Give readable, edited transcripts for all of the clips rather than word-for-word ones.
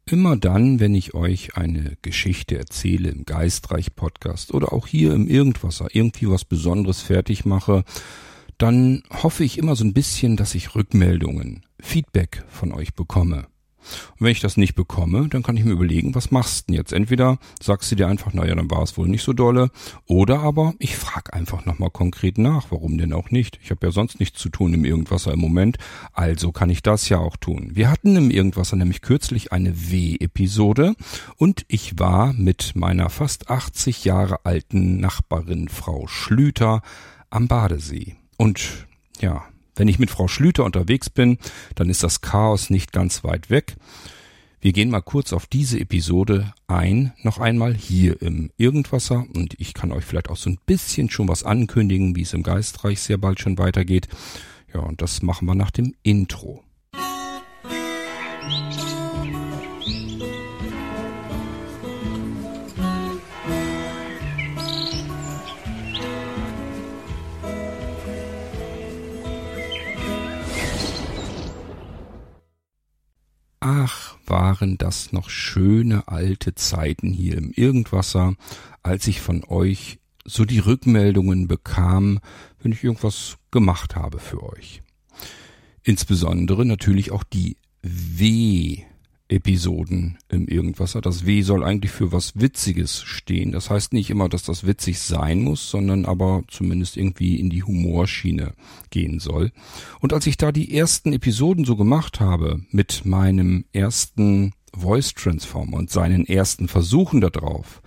Immer dann, wenn ich euch eine Geschichte erzähle im Geistreich-Podcast oder auch hier im Irgendwasser irgendwie was Besonderes fertig mache, dann hoffe ich immer so ein bisschen, dass ich Rückmeldungen, Feedback von euch bekomme. Und wenn ich das nicht bekomme, dann kann ich mir überlegen, was machst du denn jetzt? Entweder sagst du dir einfach, naja, dann war es wohl nicht so dolle, oder aber ich frage einfach nochmal konkret nach, warum denn auch nicht? Ich habe ja sonst nichts zu tun im Irgendwasser im Moment, also kann ich das ja auch tun. Wir hatten im Irgendwasser nämlich kürzlich eine W-Episode und ich war mit meiner fast 80 Jahre alten Nachbarin Frau Schlüter am Badesee. Und ja, wenn ich mit Frau Schlüter unterwegs bin, dann ist das Chaos nicht ganz weit weg. Wir gehen mal kurz auf diese Episode ein, noch einmal hier im Irgendwasser. Und ich kann euch vielleicht auch so ein bisschen schon was ankündigen, wie es im Geistreich sehr bald schon weitergeht. Ja, und das machen wir nach dem Intro. Ach, waren das noch schöne alte Zeiten hier im Irgendwasser, als ich von euch so die Rückmeldungen bekam, wenn ich irgendwas gemacht habe für euch. Insbesondere natürlich auch die W-Episoden im Irgendwasser. Das W soll eigentlich für was Witziges stehen. Das heißt nicht immer, dass das witzig sein muss, sondern aber zumindest irgendwie in die Humorschiene gehen soll. Und als ich da die ersten Episoden so gemacht habe mit meinem ersten Voice Transformer und seinen ersten Versuchen da drauf,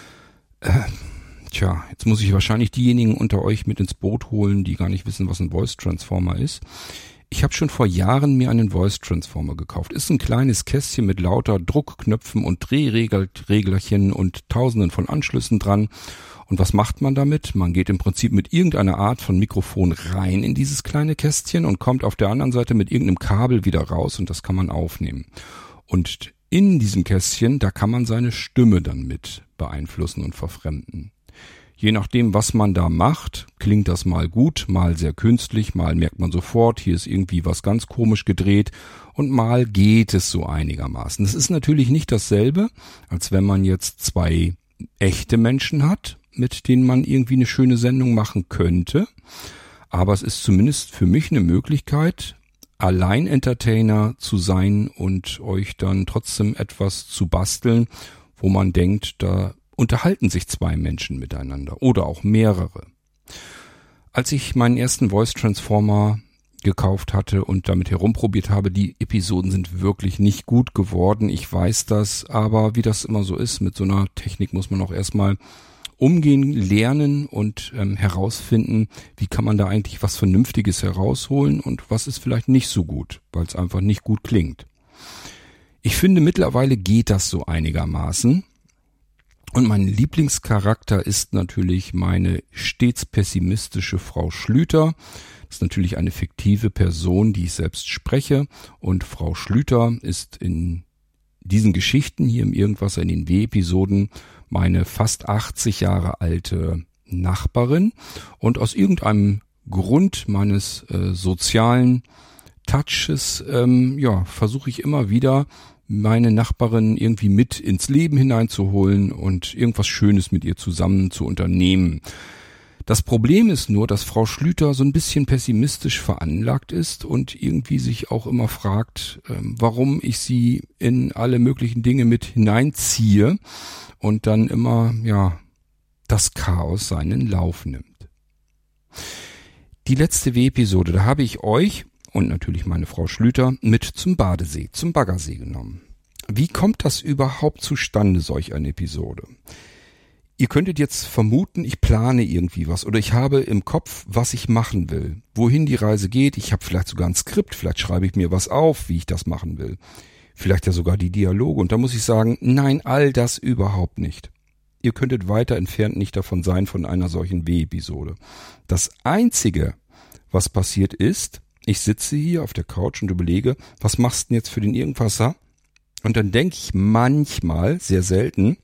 jetzt muss ich wahrscheinlich diejenigen unter euch mit ins Boot holen, die gar nicht wissen, was ein Voice Transformer ist. Ich habe schon vor Jahren mir einen Voice Transformer gekauft. Ist ein kleines Kästchen mit lauter Druckknöpfen und Drehreglerchen und Tausenden von Anschlüssen dran. Und was macht man damit? Man geht im Prinzip mit irgendeiner Art von Mikrofon rein in dieses kleine Kästchen und kommt auf der anderen Seite mit irgendeinem Kabel wieder raus und das kann man aufnehmen. Und in diesem Kästchen, da kann man seine Stimme dann mit beeinflussen und verfremden. Je nachdem, was man da macht, klingt das mal gut, mal sehr künstlich, mal merkt man sofort, hier ist irgendwie was ganz komisch gedreht und mal geht es so einigermaßen. Das ist natürlich nicht dasselbe, als wenn man jetzt zwei echte Menschen hat, mit denen man irgendwie eine schöne Sendung machen könnte. Aber es ist zumindest für mich eine Möglichkeit, Allein-Entertainer zu sein und euch dann trotzdem etwas zu basteln, wo man denkt, da unterhalten sich zwei Menschen miteinander oder auch mehrere. Als ich meinen ersten Voice Transformer gekauft hatte und damit herumprobiert habe, die Episoden sind wirklich nicht gut geworden. Ich weiß das, aber wie das immer so ist, mit so einer Technik muss man auch erstmal umgehen, lernen und herausfinden, wie kann man da eigentlich was Vernünftiges herausholen und was ist vielleicht nicht so gut, weil es einfach nicht gut klingt. Ich finde, mittlerweile geht das so einigermaßen. Und mein Lieblingscharakter ist natürlich meine stets pessimistische Frau Schlüter. Das ist natürlich eine fiktive Person, die ich selbst spreche. Und Frau Schlüter ist in diesen Geschichten hier im Irgendwasser, in den W-Episoden, meine fast 80 Jahre alte Nachbarin. Und aus irgendeinem Grund meines sozialen Touches versuche ich immer wieder, meine Nachbarin irgendwie mit ins Leben hineinzuholen und irgendwas Schönes mit ihr zusammen zu unternehmen. Das Problem ist nur, dass Frau Schlüter so ein bisschen pessimistisch veranlagt ist und irgendwie sich auch immer fragt, warum ich sie in alle möglichen Dinge mit hineinziehe und dann immer, das Chaos seinen Lauf nimmt. Die letzte W-Episode, da habe ich euch und natürlich meine Frau Schlüter mit zum Badesee, zum Baggersee genommen. Wie kommt das überhaupt zustande, solch eine Episode? Ihr könntet jetzt vermuten, ich plane irgendwie was oder ich habe im Kopf, was ich machen will, wohin die Reise geht. Ich habe vielleicht sogar ein Skript, vielleicht schreibe ich mir was auf, wie ich das machen will. Vielleicht ja sogar die Dialoge. Und da muss ich sagen, nein, all das überhaupt nicht. Ihr könntet weiter entfernt nicht davon sein, von einer solchen W-Episode. Das Einzige, was passiert ist, ich sitze hier auf der Couch und überlege, was machst du denn jetzt für den Irgendwasser? Und dann denke ich manchmal, sehr selten,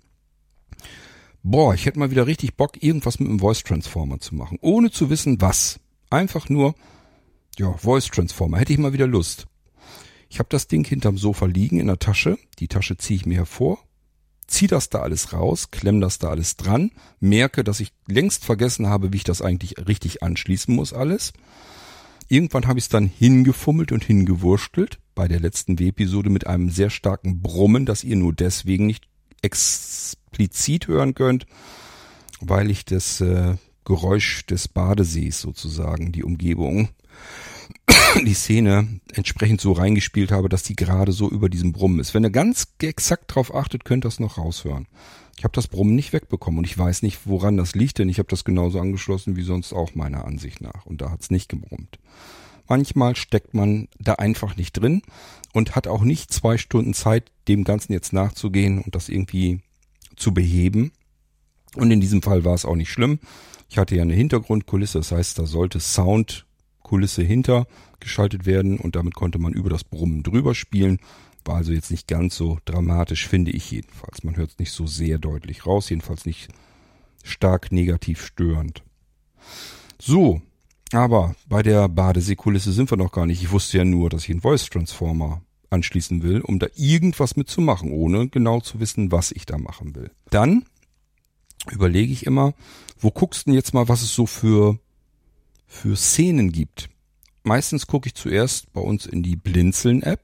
ich hätte mal wieder richtig Bock, irgendwas mit einem Voice Transformer zu machen. Ohne zu wissen, was. Einfach nur, Voice Transformer, hätte ich mal wieder Lust. Ich habe das Ding hinterm Sofa liegen in der Tasche. Die Tasche ziehe ich mir hervor, ziehe das da alles raus, klemme das da alles dran, merke, dass ich längst vergessen habe, wie ich das eigentlich richtig anschließen muss alles. Irgendwann habe ich es dann hingefummelt und hingewurstelt. Bei der letzten W-Episode mit einem sehr starken Brummen, das ihr nur deswegen nicht explizit hören könnt, weil ich das Geräusch des Badesees sozusagen, die Umgebung, die Szene entsprechend so reingespielt habe, dass die gerade so über diesem Brummen ist. Wenn ihr ganz exakt drauf achtet, könnt ihr das noch raushören. Ich habe das Brummen nicht wegbekommen und ich weiß nicht, woran das liegt, denn ich habe das genauso angeschlossen wie sonst auch meiner Ansicht nach und da hat es nicht gebrummt. Manchmal steckt man da einfach nicht drin und hat auch nicht 2 Stunden Zeit, dem Ganzen jetzt nachzugehen und das irgendwie zu beheben. Und in diesem Fall war es auch nicht schlimm. Ich hatte ja eine Hintergrundkulisse, das heißt, da sollte Soundkulisse hinter geschaltet werden und damit konnte man über das Brummen drüber spielen. War also jetzt nicht ganz so dramatisch, finde ich jedenfalls. Man hört es nicht so sehr deutlich raus, jedenfalls nicht stark negativ störend. So, aber bei der Badeseekulisse sind wir noch gar nicht. Ich wusste ja nur, dass ich einen Voice Transformer anschließen will, um da irgendwas mitzumachen, ohne genau zu wissen, was ich da machen will. Dann überlege ich immer, wo guckst du denn jetzt mal, was es so für Szenen gibt. Meistens gucke ich zuerst bei uns in die Blinzeln-App.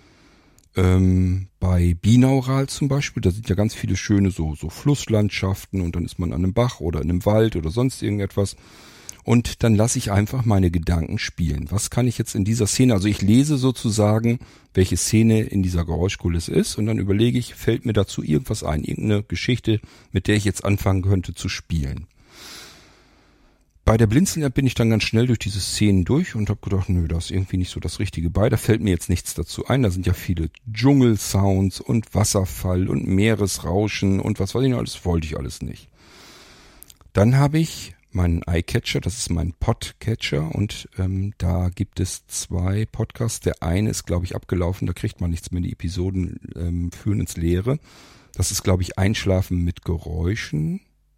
Bei Binaural zum Beispiel, da sind ja ganz viele schöne so Flusslandschaften und dann ist man an einem Bach oder in einem Wald oder sonst irgendetwas. Und dann lasse ich einfach meine Gedanken spielen. Was kann ich jetzt in dieser Szene, also ich lese sozusagen, welche Szene in dieser Geräuschkulisse ist und dann überlege ich, fällt mir dazu irgendwas ein, irgendeine Geschichte, mit der ich jetzt anfangen könnte zu spielen. Bei der Blinzeln-App bin ich dann ganz schnell durch diese Szenen durch und habe gedacht, nö, da ist irgendwie nicht so das Richtige bei. Da fällt mir jetzt nichts dazu ein. Da sind ja viele Dschungelsounds und Wasserfall und Meeresrauschen und was weiß ich noch alles, wollte ich alles nicht. Dann habe ich meinen iCatcher, das ist mein Podcatcher und da gibt es 2 Podcasts. Der eine ist, glaube ich, abgelaufen, da kriegt man nichts mehr. Die Episoden führen ins Leere. Das ist, glaube ich, Einschlafen mit Geräuschen.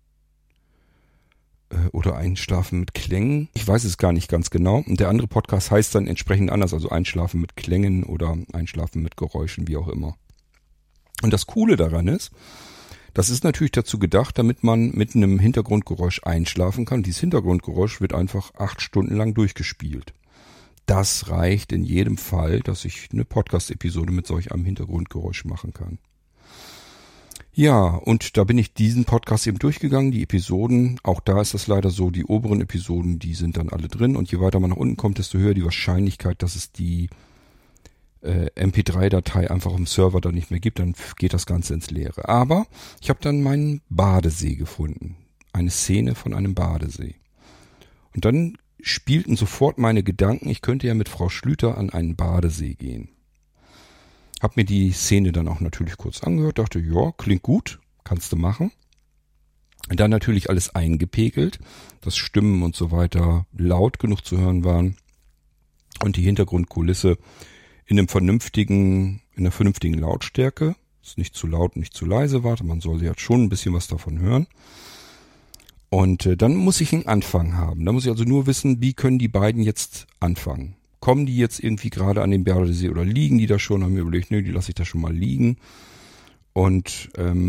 Oder Einschlafen mit Klängen. Ich weiß es gar nicht ganz genau. Und der andere Podcast heißt dann entsprechend anders, also Einschlafen mit Klängen oder Einschlafen mit Geräuschen, wie auch immer. Und das Coole daran ist, das ist natürlich dazu gedacht, damit man mit einem Hintergrundgeräusch einschlafen kann. Dieses Hintergrundgeräusch wird einfach 8 Stunden lang durchgespielt. Das reicht in jedem Fall, dass ich eine Podcast-Episode mit solch einem Hintergrundgeräusch machen kann. Ja, und da bin ich diesen Podcast eben durchgegangen, die Episoden, auch da ist das leider so, die oberen Episoden, die sind dann alle drin und je weiter man nach unten kommt, desto höher die Wahrscheinlichkeit, dass es die MP3-Datei einfach im Server dann nicht mehr gibt, dann geht das Ganze ins Leere. Aber ich habe dann meinen Badesee gefunden, eine Szene von einem Badesee. Und dann spielten sofort meine Gedanken, ich könnte ja mit Frau Schlüter an einen Badesee gehen. Hab mir die Szene dann auch natürlich kurz angehört, dachte, ja, klingt gut, kannst du machen. Und dann natürlich alles eingepegelt, dass Stimmen und so weiter laut genug zu hören waren und die Hintergrundkulisse in einer vernünftigen Lautstärke, ist nicht zu laut, nicht zu leise war, man soll ja schon ein bisschen was davon hören. Und dann muss ich einen Anfang haben. Da muss ich also nur wissen, wie können die beiden jetzt anfangen. Kommen die jetzt irgendwie gerade an den Badesee oder liegen die da schon? Haben mir überlegt, nö, die lasse ich da schon mal liegen. Und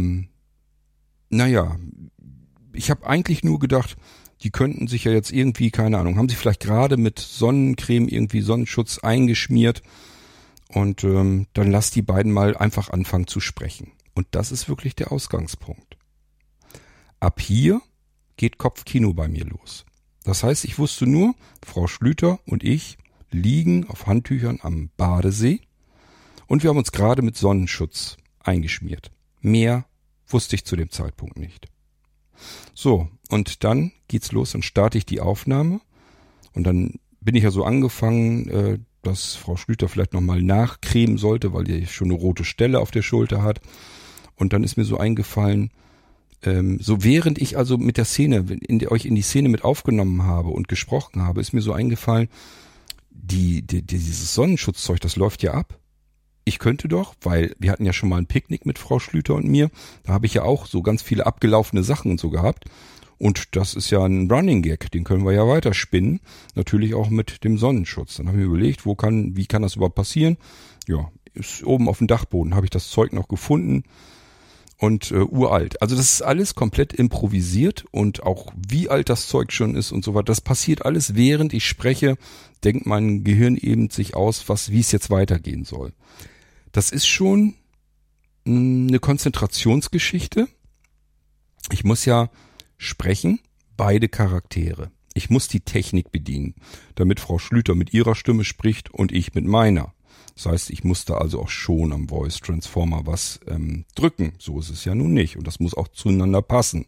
ich habe eigentlich nur gedacht, die könnten sich ja jetzt irgendwie, keine Ahnung, haben sie vielleicht gerade mit Sonnencreme irgendwie Sonnenschutz eingeschmiert und dann lass die beiden mal einfach anfangen zu sprechen. Und das ist wirklich der Ausgangspunkt. Ab hier geht Kopfkino bei mir los. Das heißt, ich wusste nur, Frau Schlüter und ich liegen auf Handtüchern am Badesee und wir haben uns gerade mit Sonnenschutz eingeschmiert. Mehr wusste ich zu dem Zeitpunkt nicht. So, und dann geht's los, dann starte ich die Aufnahme und dann bin ich ja so angefangen, dass Frau Schlüter vielleicht nochmal nachcremen sollte, weil die schon eine rote Stelle auf der Schulter hat. Und dann ist mir so eingefallen, so während ich also mit der Szene, euch in die Szene mit aufgenommen habe und gesprochen habe, ist mir so eingefallen, dieses Sonnenschutzzeug, das läuft ja ab. Ich könnte doch, weil wir hatten ja schon mal ein Picknick mit Frau Schlüter und mir, da habe ich ja auch so ganz viele abgelaufene Sachen und so gehabt. Und das ist ja ein Running Gag, den können wir ja weiterspinnen, natürlich auch mit dem Sonnenschutz. Dann haben wir überlegt, wie kann das überhaupt passieren? Ja, ist oben auf dem Dachboden, habe ich das Zeug noch gefunden und uralt. Also das ist alles komplett improvisiert und auch wie alt das Zeug schon ist und so weiter. Das passiert alles, während ich spreche, denkt mein Gehirn eben sich aus, wie es jetzt weitergehen soll. Das ist schon eine Konzentrationsgeschichte. Ich muss ja sprechen, beide Charaktere. Ich muss die Technik bedienen, damit Frau Schlüter mit ihrer Stimme spricht und ich mit meiner. Das heißt, ich musste also auch schon am Voice Transformer was drücken. So ist es ja nun nicht. Und das muss auch zueinander passen.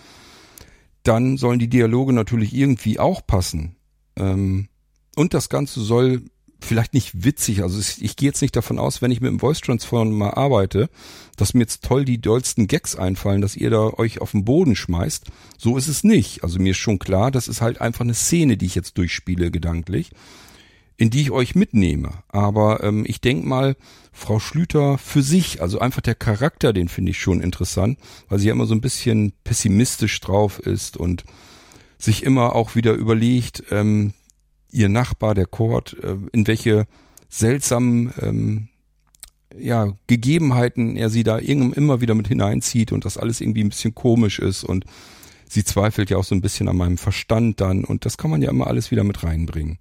Dann sollen die Dialoge natürlich irgendwie auch passen. Und das Ganze soll vielleicht nicht witzig, also ich gehe jetzt nicht davon aus, wenn ich mit dem Voice Transformer arbeite, dass mir jetzt die dollsten Gags einfallen, dass ihr da euch auf den Boden schmeißt. So ist es nicht. Also mir ist schon klar, das ist halt einfach eine Szene, die ich jetzt durchspiele gedanklich, in die ich euch mitnehme. Aber ich denke mal, Frau Schlüter für sich, also einfach der Charakter, den finde ich schon interessant, weil sie ja immer so ein bisschen pessimistisch drauf ist und sich immer auch wieder überlegt, ihr Nachbar, der Kurt, in welche seltsamen Gegebenheiten er sie da immer wieder mit hineinzieht und das alles irgendwie ein bisschen komisch ist und sie zweifelt ja auch so ein bisschen an meinem Verstand dann und das kann man ja immer alles wieder mit reinbringen.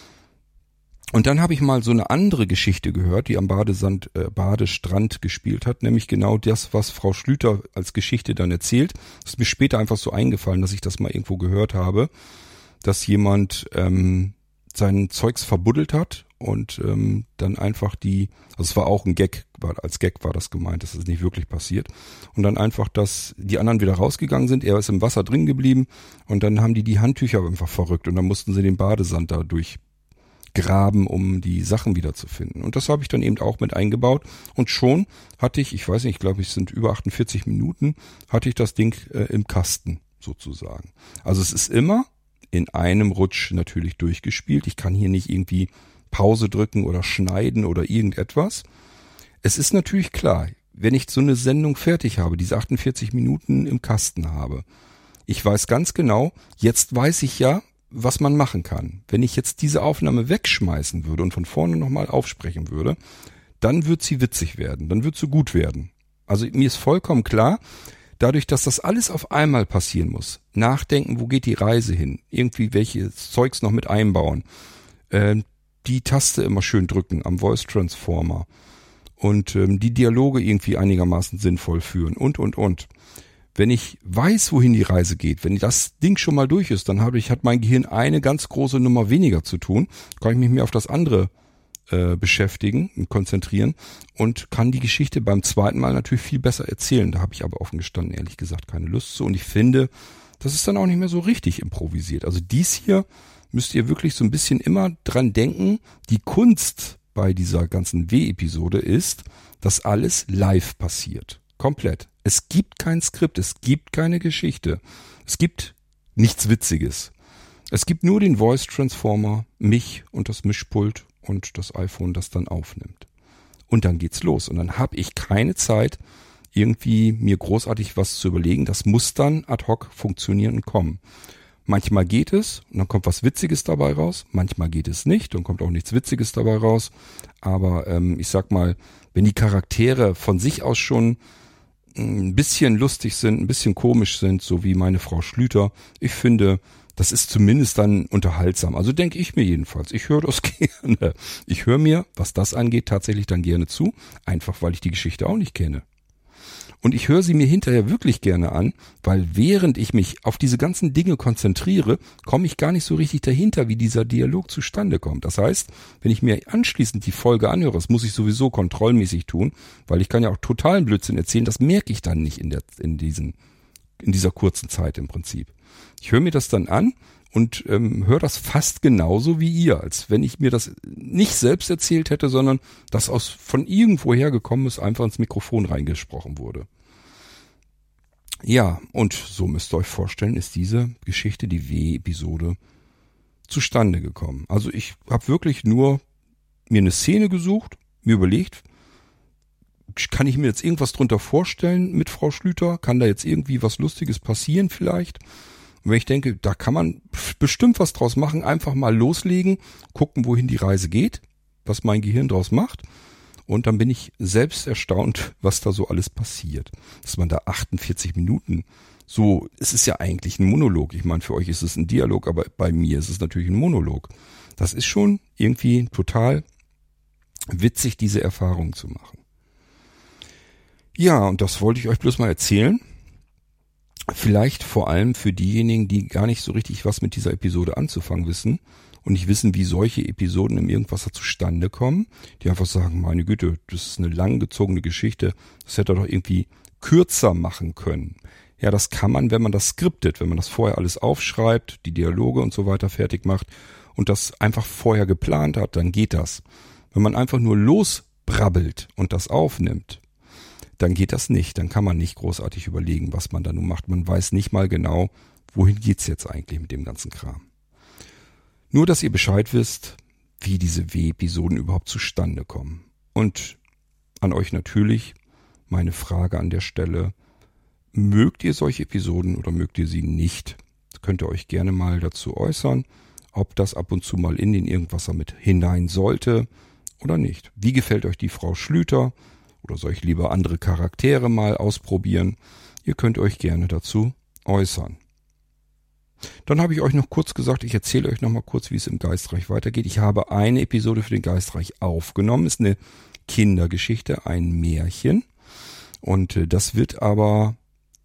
Und dann habe ich mal so eine andere Geschichte gehört, die am Badestrand gespielt hat, nämlich genau das, was Frau Schlüter als Geschichte dann erzählt. Das ist mir später einfach so eingefallen, dass ich das mal irgendwo gehört habe, dass jemand sein Zeugs verbuddelt hat und dann einfach also es war auch ein Gag, als Gag war das gemeint, das ist nicht wirklich passiert. Und dann einfach, dass die anderen wieder rausgegangen sind, er ist im Wasser drin geblieben und dann haben die Handtücher einfach verrückt und dann mussten sie den Badesand da durchgraben, um die Sachen wieder zu finden. Und das habe ich dann eben auch mit eingebaut und schon hatte ich weiß nicht, ich glaube, es sind über 48 Minuten, hatte ich das Ding im Kasten sozusagen. Also es ist immer in einem Rutsch natürlich durchgespielt. Ich kann hier nicht irgendwie Pause drücken oder schneiden oder irgendetwas. Es ist natürlich klar, wenn ich so eine Sendung fertig habe, diese 48 Minuten im Kasten habe, ich weiß ganz genau, jetzt weiß ich ja, was man machen kann. Wenn ich jetzt diese Aufnahme wegschmeißen würde und von vorne nochmal aufsprechen würde, dann wird sie witzig werden, dann wird sie gut werden. Also mir ist vollkommen klar, dadurch, dass das alles auf einmal passieren muss, nachdenken, wo geht die Reise hin, irgendwie welches Zeugs noch mit einbauen, die Taste immer schön drücken am Voice Transformer und die Dialoge irgendwie einigermaßen sinnvoll führen und. Wenn ich weiß, wohin die Reise geht, wenn das Ding schon mal durch ist, dann hat mein Gehirn eine ganz große Nummer weniger zu tun, kann ich mich mehr auf das andere beschäftigen und konzentrieren und kann die Geschichte beim zweiten Mal natürlich viel besser erzählen. Da habe ich aber offen gestanden, ehrlich gesagt, keine Lust zu. Und ich finde, das ist dann auch nicht mehr so richtig improvisiert. Also dies hier müsst ihr wirklich so ein bisschen immer dran denken. Die Kunst bei dieser ganzen W-Episode ist, dass alles live passiert. Komplett. Es gibt kein Skript, es gibt keine Geschichte. Es gibt nichts Witziges. Es gibt nur den Voice Transformer, mich und das Mischpult und das iPhone, das dann aufnimmt. Und dann geht's los. Und dann habe ich keine Zeit, irgendwie mir großartig was zu überlegen. Das muss dann ad hoc funktionieren und kommen. Manchmal geht es und dann kommt was Witziges dabei raus. Manchmal geht es nicht und kommt auch nichts Witziges dabei raus. Aber ich sag mal, wenn die Charaktere von sich aus schon ein bisschen lustig sind, ein bisschen komisch sind, so wie meine Frau Schlüter, ich finde, das ist zumindest dann unterhaltsam. Also denke ich mir jedenfalls. Ich höre das gerne. Ich höre mir, was das angeht, tatsächlich dann gerne zu. Einfach, weil ich die Geschichte auch nicht kenne. Und ich höre sie mir hinterher wirklich gerne an, weil während ich mich auf diese ganzen Dinge konzentriere, komme ich gar nicht so richtig dahinter, wie dieser Dialog zustande kommt. Das heißt, wenn ich mir anschließend die Folge anhöre, das muss ich sowieso kontrollmäßig tun, weil ich kann ja auch totalen Blödsinn erzählen, das merke ich dann nicht in dieser kurzen Zeit im Prinzip. Ich höre mir das dann an und höre das fast genauso wie ihr, als wenn ich mir das nicht selbst erzählt hätte, sondern das von irgendwoher gekommen ist, einfach ins Mikrofon reingesprochen wurde. Ja, und so müsst ihr euch vorstellen, ist diese Geschichte, die W-Episode, zustande gekommen. Also ich habe wirklich nur mir eine Szene gesucht, mir überlegt, kann ich mir jetzt irgendwas drunter vorstellen mit Frau Schlüter? Kann da jetzt irgendwie was Lustiges passieren vielleicht? Und wenn ich denke, da kann man bestimmt was draus machen, einfach mal loslegen, gucken, wohin die Reise geht, was mein Gehirn draus macht. Und dann bin ich selbst erstaunt, was da so alles passiert. Dass man da 48 Minuten so, es ist ja eigentlich ein Monolog. Ich meine, für euch ist es ein Dialog, aber bei mir ist es natürlich ein Monolog. Das ist schon irgendwie total witzig, diese Erfahrung zu machen. Ja, und das wollte ich euch bloß mal erzählen. Vielleicht vor allem für diejenigen, die gar nicht so richtig was mit dieser Episode anzufangen wissen und nicht wissen, wie solche Episoden im Irgendwasser zustande kommen, die einfach sagen, meine Güte, das ist eine langgezogene Geschichte, das hätte er doch irgendwie kürzer machen können. Ja, das kann man, wenn man das skriptet, wenn man das vorher alles aufschreibt, die Dialoge und so weiter fertig macht und das einfach vorher geplant hat, dann geht das. Wenn man einfach nur losbrabbelt und das aufnimmt, dann geht das nicht. Dann kann man nicht großartig überlegen, was man da nun macht. Man weiß nicht mal genau, wohin geht's jetzt eigentlich mit dem ganzen Kram. Nur, dass ihr Bescheid wisst, wie diese W-Episoden überhaupt zustande kommen. Und an euch natürlich meine Frage an der Stelle: Mögt ihr solche Episoden oder mögt ihr sie nicht? Das könnt ihr euch gerne mal dazu äußern, ob das ab und zu mal in den Irgendwasser mit hinein sollte oder nicht. Wie gefällt euch die Frau Schlüter? Oder soll ich lieber andere Charaktere mal ausprobieren? Ihr könnt euch gerne dazu äußern. Dann habe ich euch noch kurz gesagt, ich erzähle euch noch mal kurz, wie es im Geistreich weitergeht. Ich habe eine Episode für den Geistreich aufgenommen. Ist eine Kindergeschichte, ein Märchen. Und das wird aber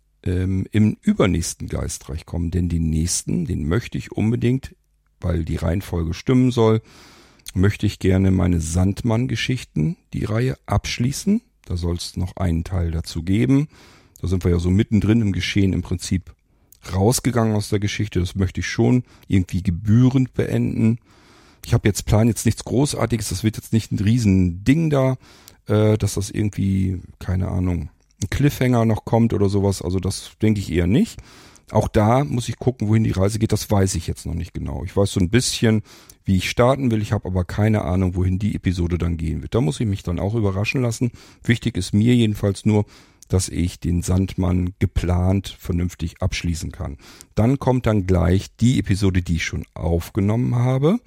im übernächsten Geistreich kommen. Denn den nächsten, den möchte ich unbedingt, weil die Reihenfolge stimmen soll, möchte ich gerne meine Sandmann-Geschichten, die Reihe, abschließen. Da soll es noch einen Teil dazu geben. Da sind wir ja so mittendrin im Geschehen im Prinzip rausgegangen aus der Geschichte. Das möchte ich schon irgendwie gebührend beenden. Ich habe plan jetzt nichts Großartiges. Das wird jetzt nicht ein Riesending da, dass das irgendwie, keine Ahnung, ein Cliffhanger noch kommt oder sowas. Also das denke ich eher nicht. Auch da muss ich gucken, wohin die Reise geht. Das weiß ich jetzt noch nicht genau. Ich weiß so ein bisschen, wie ich starten will. Ich habe aber keine Ahnung, wohin die Episode dann gehen wird. Da muss ich mich dann auch überraschen lassen. Wichtig ist mir jedenfalls nur, dass ich den Sandmann geplant vernünftig abschließen kann. Dann kommt dann gleich die Episode, die ich schon aufgenommen habe.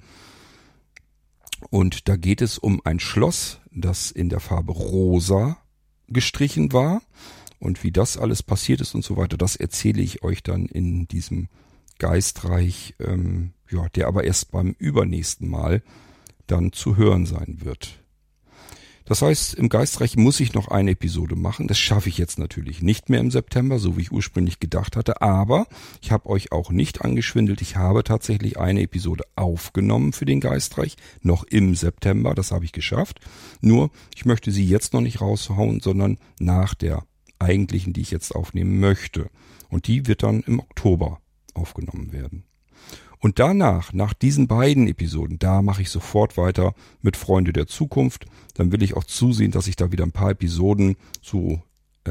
Und da geht es um ein Schloss, das in der Farbe rosa gestrichen war. Und wie das alles passiert ist und so weiter, das erzähle ich euch dann in diesem Geistreich, der aber erst beim übernächsten Mal dann zu hören sein wird. Das heißt, im Geistreich muss ich noch eine Episode machen. Das schaffe ich jetzt natürlich nicht mehr im September, so wie ich ursprünglich gedacht hatte. Aber ich habe euch auch nicht angeschwindelt. Ich habe tatsächlich eine Episode aufgenommen für den Geistreich, noch im September. Das habe ich geschafft. Nur, ich möchte sie jetzt noch nicht raushauen, sondern nach der eigentlichen, die ich jetzt aufnehmen möchte. Und die wird dann im Oktober aufgenommen werden. Und danach, nach diesen beiden Episoden, da mache ich sofort weiter mit Freunde der Zukunft. Dann will ich auch zusehen, dass ich da wieder ein paar Episoden so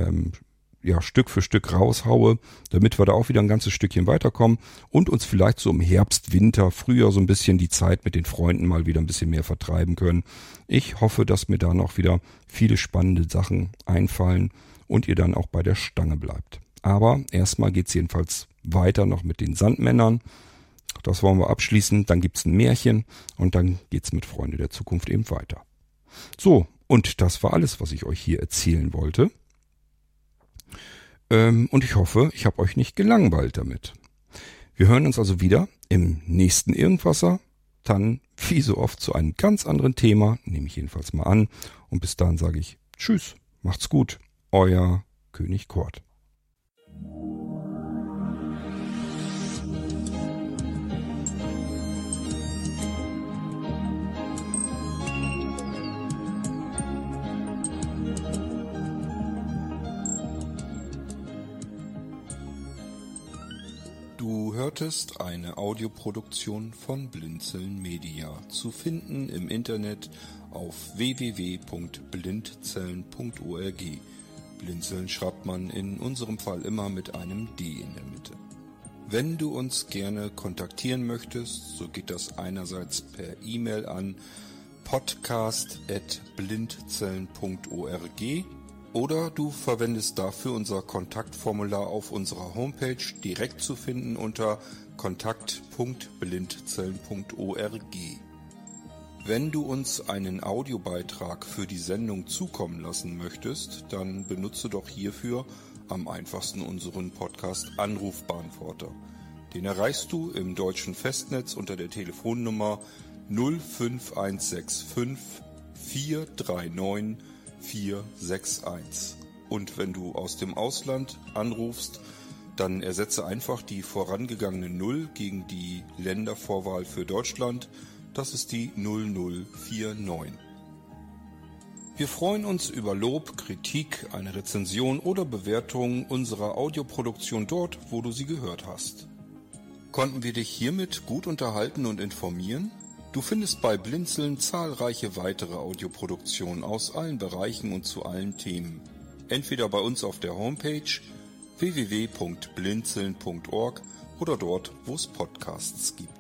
Stück für Stück raushaue, damit wir da auch wieder ein ganzes Stückchen weiterkommen und uns vielleicht so im Herbst, Winter, Frühjahr so ein bisschen die Zeit mit den Freunden mal wieder ein bisschen mehr vertreiben können. Ich hoffe, dass mir da noch wieder viele spannende Sachen einfallen und ihr dann auch bei der Stange bleibt. Aber erstmal geht's jedenfalls weiter noch mit den Sandmännern. Das wollen wir abschließen. Dann gibt's ein Märchen und dann geht's mit Freunde der Zukunft eben weiter. So, und das war alles, was ich euch hier erzählen wollte. Und ich hoffe, ich habe euch nicht gelangweilt damit. Wir hören uns also wieder im nächsten Irgendwasser. Dann, wie so oft, zu einem ganz anderen Thema, nehme ich jedenfalls mal an. Und bis dahin sage ich Tschüss, macht's gut. Euer König Kort. Du hörtest eine Audioproduktion von Blinzeln Media, zu finden im Internet auf www.blindzellen.org. Blinzeln schreibt man in unserem Fall immer mit einem D in der Mitte. Wenn du uns gerne kontaktieren möchtest, so geht das einerseits per E-Mail an podcast@blindzellen.org oder du verwendest dafür unser Kontaktformular auf unserer Homepage, direkt zu finden unter kontakt.blindzellen.org. Wenn du uns einen Audiobeitrag für die Sendung zukommen lassen möchtest, dann benutze doch hierfür am einfachsten unseren Podcast Anrufbeantworter. Den erreichst du im deutschen Festnetz unter der Telefonnummer 05165 439 461. Und wenn du aus dem Ausland anrufst, dann ersetze einfach die vorangegangene 0 gegen die Ländervorwahl für Deutschland. Das ist die 0049. Wir freuen uns über Lob, Kritik, eine Rezension oder Bewertung unserer Audioproduktion dort, wo du sie gehört hast. Konnten wir dich hiermit gut unterhalten und informieren? Du findest bei Blinzeln zahlreiche weitere Audioproduktionen aus allen Bereichen und zu allen Themen. Entweder bei uns auf der Homepage www.blinzeln.org oder dort, wo es Podcasts gibt.